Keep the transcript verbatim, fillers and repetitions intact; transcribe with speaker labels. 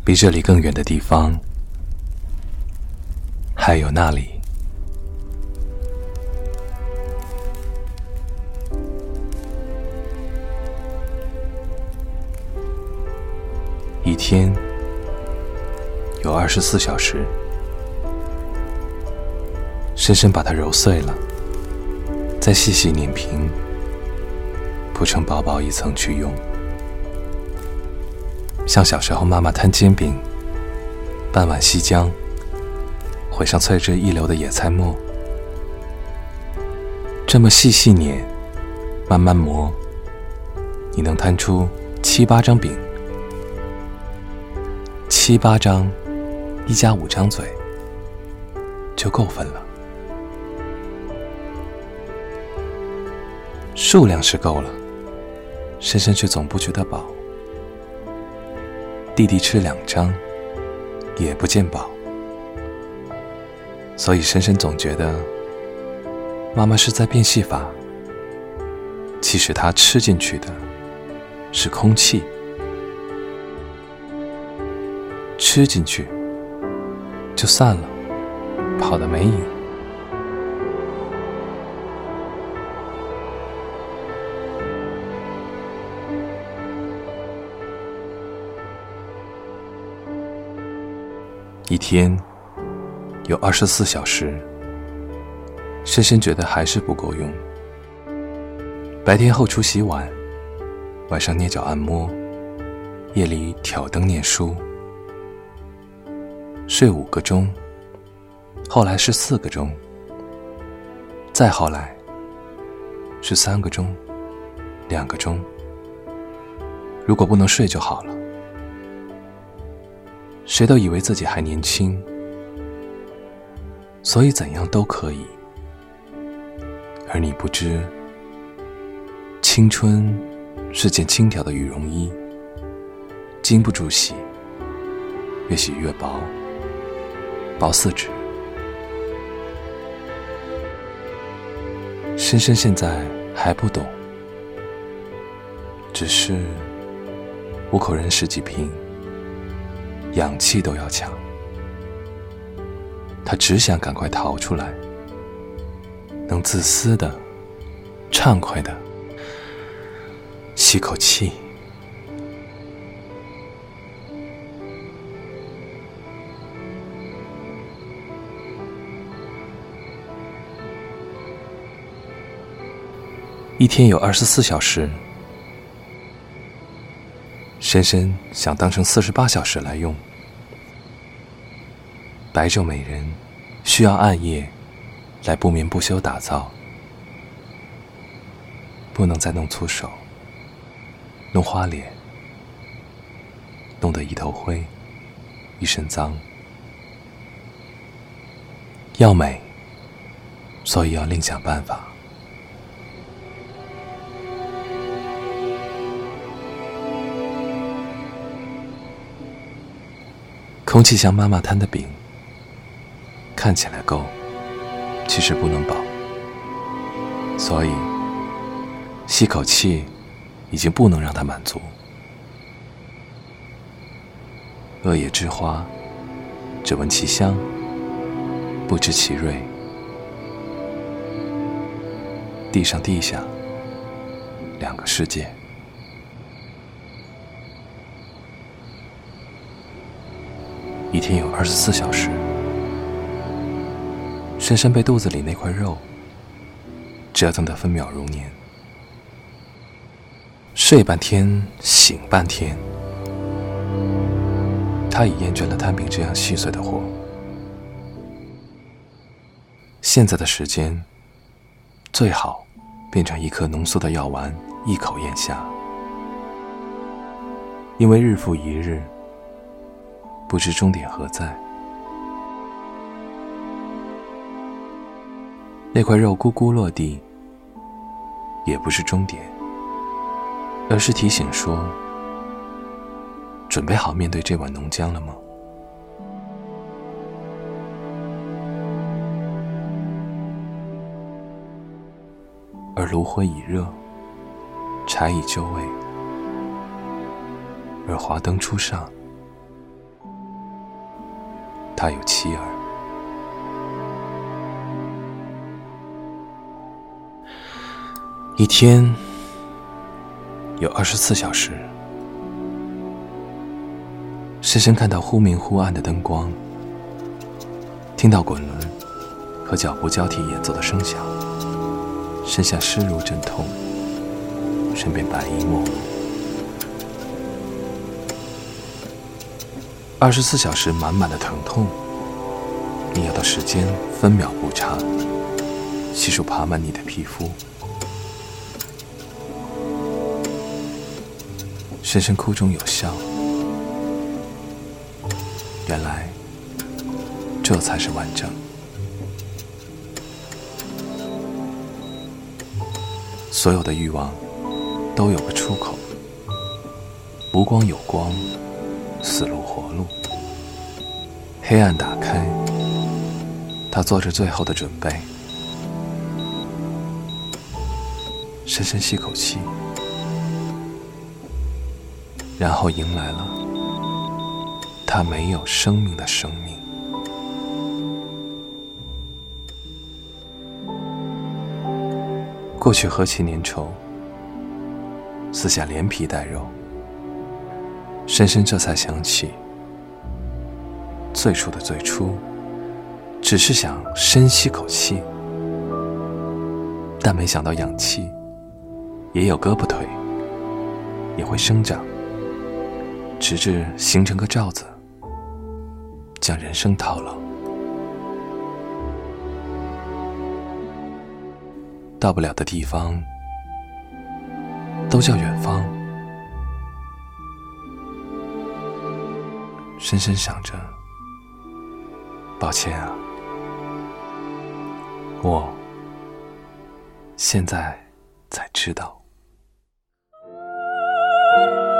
Speaker 1: 比这里更远的地方，还有那里。一天有二十四小时，深深把它揉碎了，再细细碾平，铺成薄薄一层去用。像小时候妈妈摊煎饼，半碗西姜，混上脆汁一流的野菜末，这么细细碾，慢慢磨，你能摊出七八张饼，七八张，一家五张嘴，就够分了。数量是够了，深深却总不觉得饱。弟弟吃两张，也不见饱，所以深深总觉得妈妈是在变戏法。其实她吃进去的是空气，吃进去就散了，跑得没影。一天有二十四小时，深深觉得还是不够用。白天后厨洗碗，晚上捏脚按摩，夜里挑灯念书，睡五个钟，后来是四个钟，再后来是三个钟，两个钟。如果不能睡就好了。谁都以为自己还年轻，所以怎样都可以。而你不知，青春是件轻挑的羽绒衣，经不住洗，越洗越薄，薄似纸。深深现在还不懂，只是五口人十几平，氧气都要抢，他只想赶快逃出来，能自私的、畅快的吸口气。一天有二十四小时，深深想当成四十八小时来用。白昼美人需要暗夜来不眠不休打造，不能再弄粗手，弄花脸，弄得一头灰，一身脏。要美，所以要另想办法。空气像妈妈摊的饼，看起来够，其实不能饱，所以吸口气已经不能让它满足。恶野之花，只闻其香，不知其蕊。地上地下，两个世界。一天有二十四小时，深深被肚子里那块肉折腾得分秒如年，睡半天，醒半天。他已厌倦了摊饼这样细碎的活。现在的时间，最好变成一颗浓缩的药丸，一口咽下。因为日复一日，不知终点何在。那块肉咕咕落地，也不是终点，而是提醒说，准备好面对这碗浓浆了吗？而炉灰已热，柴已就位，而华灯初上， 他有妻儿。一天有二十四小时，深深看到忽明忽暗的灯光，听到滚轮和脚步交替演奏的声响，身下湿如阵痛，身边白衣陌路。二十四小时满满的疼痛，你要的时间分秒不差，悉数爬满你的皮肤。深深哭中有笑，原来这才是完整。所有的欲望都有个出口，无光有光，死路活路。黑暗打开，他做着最后的准备，深深吸口气，然后迎来了他没有生命的生命。过去何其粘稠，撕下连皮带肉，深深这才想起，最初的最初，只是想深吸口气，但没想到氧气也有胳膊腿，也会生长，直至形成个罩子，将人生套牢。到不了的地方都叫远方。深深想着，抱歉啊，我现在才知道。